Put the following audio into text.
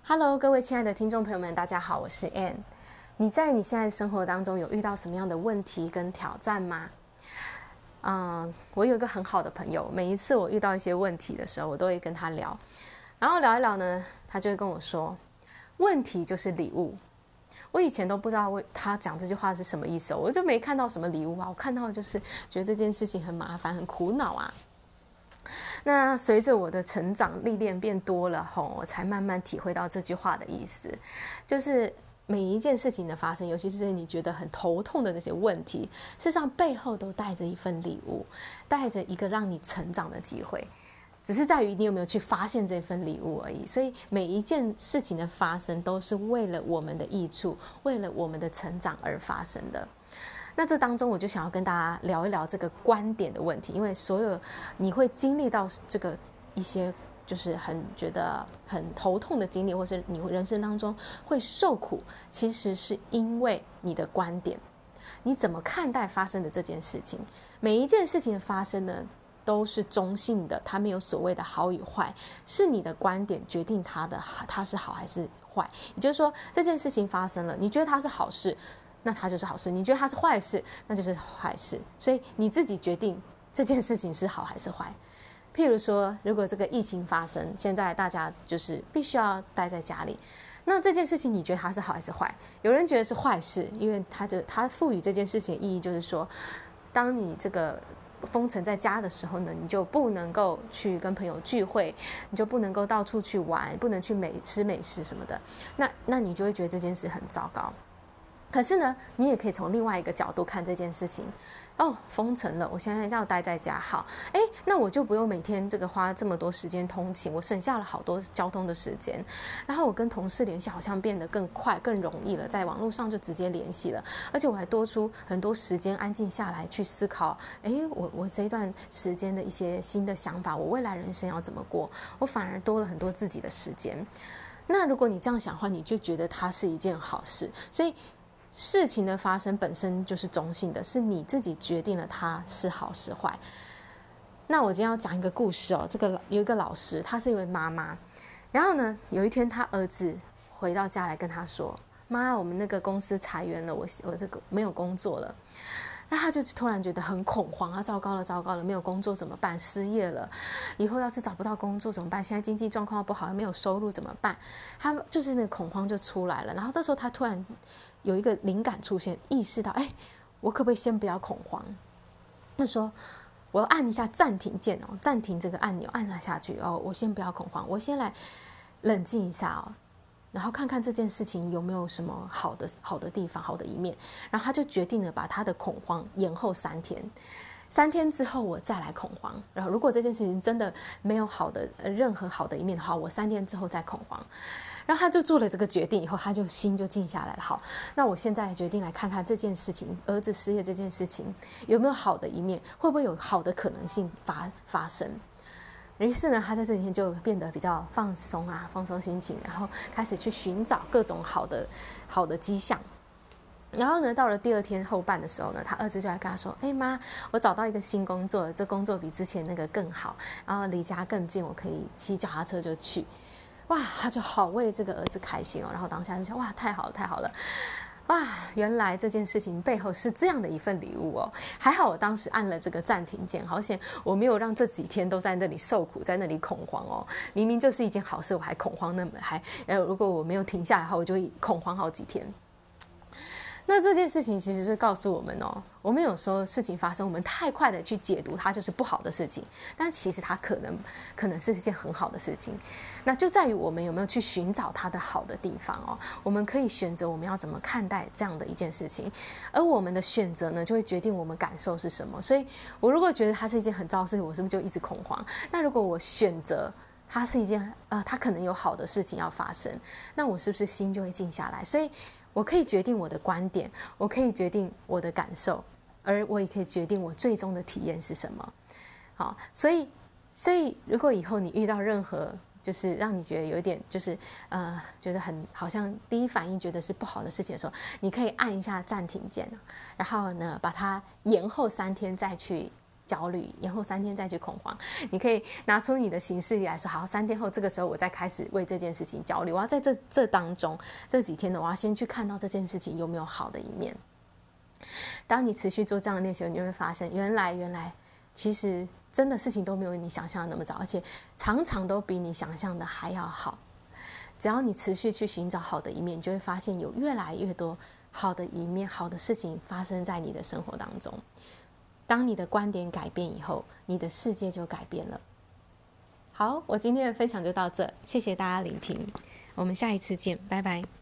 Hello，各位亲爱的听众朋友们，大家好，我是 Ann。你在你现在生活当中有遇到什么样的问题跟挑战吗？我有一个很好的朋友，每一次我遇到一些问题的时候，我都会跟他聊，然后聊一聊呢，他就会跟我说，问题就是礼物。我以前都不知道他讲这句话是什么意思，我就没看到什么礼物啊，我看到的就是觉得这件事情很麻烦，很苦恼啊。那随着我的成长历练变多了我才慢慢体会到这句话的意思，就是每一件事情的发生，尤其是你觉得很头痛的这些问题，事实上背后都带着一份礼物，带着一个让你成长的机会，只是在于你有没有去发现这份礼物而已。所以每一件事情的发生都是为了我们的益处，为了我们的成长而发生的。那这当中我就想要跟大家聊一聊这个观点的问题，因为所有你会经历到这个一些就是觉得很头痛的经历，或是你人生当中会受苦，其实是因为你的观点，你怎么看待发生的这件事情。每一件事情的发生呢都是中性的，它没有所谓的好与坏，是你的观点决定它是好还是坏。也就是说这件事情发生了，你觉得它是好事，那它就是好事，你觉得它是坏事，那就是坏事。所以你自己决定这件事情是好还是坏。譬如说如果这个疫情发生，现在大家就是必须要待在家里，那这件事情你觉得它是好还是坏？有人觉得是坏事，因为他赋予这件事情的意义就是说，当你这个封城在家的时候呢，你就不能够去跟朋友聚会，你就不能够到处去玩，不能去吃美食什么的，那你就会觉得这件事很糟糕。可是呢，你也可以从另外一个角度看这件事情。封城了，我现在要待在家，好，那我就不用每天花这么多时间通勤，我省下了好多交通的时间，然后我跟同事联系好像变得更快更容易了，在网络上就直接联系了，而且我还多出很多时间安静下来去思考，我这一段时间的一些新的想法，我未来人生要怎么过，我反而多了很多自己的时间。那如果你这样想的话，你就觉得它是一件好事。所以事情的发生本身就是中性的，是你自己决定了它是好是坏。那我今天要讲一个故事有一个老师，她是一位妈妈，然后呢有一天她儿子回到家来跟她说，妈，我们那个公司裁员了，我这个没有工作了。然后他就突然觉得很恐慌，糟糕了，没有工作怎么办？失业了，以后要是找不到工作怎么办？现在经济状况不好，没有收入怎么办？他就是那个恐慌就出来了。然后那时候他突然有一个灵感出现，意识到，我可不可以先不要恐慌？他说，我要按一下暂停键暂停这个按钮，按了下去我先不要恐慌，我先来冷静一下然后看看这件事情有没有什么好的地方，好的一面。然后他就决定了把他的恐慌延后3天，3天之后我再来恐慌。然后如果这件事情真的没有任何好的一面的话，我3天之后再恐慌。然后他就做了这个决定以后，他就心就静下来了。好，那我现在决定来看看这件事情，儿子失业这件事情有没有好的一面，会不会有好的可能性发生。于是呢，他在这几天就变得比较放松心情，然后开始去寻找各种好的迹象。然后呢，到了第2天后半的时候呢，他儿子就来跟他说，妈，我找到一个新工作，这工作比之前那个更好，然后离家更近，我可以骑脚踏车就去。哇，他就好为这个儿子开心然后当下就想，哇，太好了哇，原来这件事情背后是这样的一份礼物还好我当时按了这个暂停键，好险我没有让这几天都在那里受苦，在那里恐慌明明就是一件好事，我还恐慌如果我没有停下来的话，我就会恐慌好几天。那这件事情其实是告诉我们我们有时候事情发生，我们太快的去解读它就是不好的事情，但其实它可能是一件很好的事情。那就在于我们有没有去寻找它的好的地方我们可以选择我们要怎么看待这样的一件事情，而我们的选择呢，就会决定我们感受是什么。所以我如果觉得它是一件很糟的事情，我是不是就一直恐慌？那如果我选择它是一件它可能有好的事情要发生，那我是不是心就会静下来？所以我可以决定我的观点，我可以决定我的感受，而我也可以决定我最终的体验是什么。好，所以如果以后你遇到任何就是让你觉得有一点就是觉得很好像第一反应觉得是不好的事情的时候，你可以按一下暂停键，然后呢把它延后3天再去焦虑，延后3天再去恐慌。你可以拿出你的行事历来说，好，3天后这个时候我再开始为这件事情焦虑。我要在这当中这几天呢，我要先去看到这件事情有没有好的一面。当你持续做这样的练习，你就会发现，原来其实真的事情都没有你想象的那么糟，而且常常都比你想象的还要好。只要你持续去寻找好的一面，你就会发现有越来越多好的一面、好的事情发生在你的生活当中。当你的观点改变以后，你的世界就改变了。好，我今天的分享就到这，谢谢大家聆听，我们下一次见，拜拜。